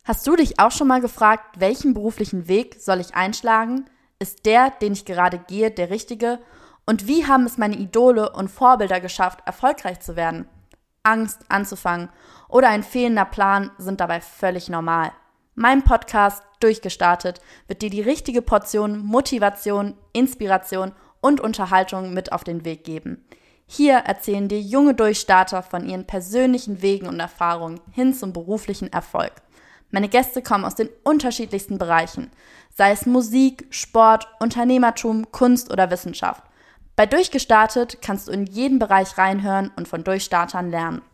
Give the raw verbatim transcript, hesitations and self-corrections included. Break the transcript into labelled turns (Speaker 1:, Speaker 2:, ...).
Speaker 1: Hast du dich auch schon mal gefragt, welchen beruflichen Weg soll ich einschlagen? Ist der, den ich gerade gehe, der richtige? Und wie haben es meine Idole und Vorbilder geschafft, erfolgreich zu werden? Angst anzufangen oder ein fehlender Plan sind dabei völlig normal. Mein Podcast Durchgestartet wird dir die richtige Portion Motivation, Inspiration und Unterhaltung mit auf den Weg geben. Hier erzählen dir junge Durchstarter von ihren persönlichen Wegen und Erfahrungen hin zum beruflichen Erfolg. Meine Gäste kommen aus den unterschiedlichsten Bereichen, sei es Musik, Sport, Unternehmertum, Kunst oder Wissenschaft. Bei Durchgestartet kannst du in jeden Bereich reinhören und von Durchstartern lernen.